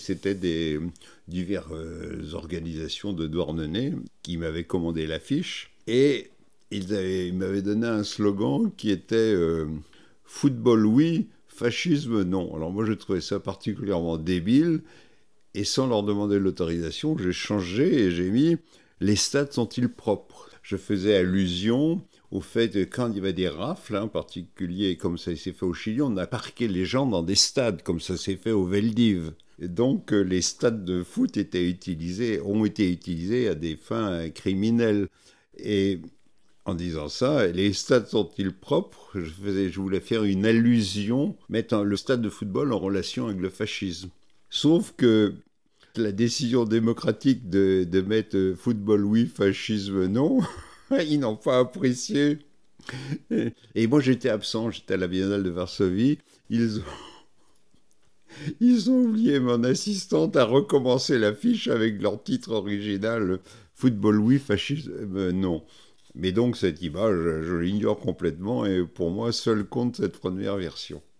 c'était des diverses organisations de Douarnenez qui m'avaient commandé l'affiche. Et ils m'avaient donné un slogan qui était football oui, fascisme non. Alors moi, je trouvais ça particulièrement débile. Et sans leur demander l'autorisation, j'ai changé et j'ai mis les stades sont-ils propres. Je faisais allusion au fait que quand il y avait des rafles, en particulier comme ça s'est fait au Chili, on a parqué les gens dans des stades, comme ça s'est fait au Veldiv. Et donc les stades de foot ont été utilisés à des fins criminelles. Et en disant ça, les stades sont-ils propres? Je voulais faire une allusion, mettre le stade de football en relation avec le fascisme. Sauf que la décision démocratique de mettre football oui, fascisme non, ils n'ont pas apprécié. Et moi j'étais absent, j'étais à la Biennale de Varsovie. Ils ont, ils ont oublié mon assistante à recommencer l'affiche avec leur titre original football oui, fascisme non. Mais donc cette image, je l'ignore complètement et pour moi seul compte cette première version.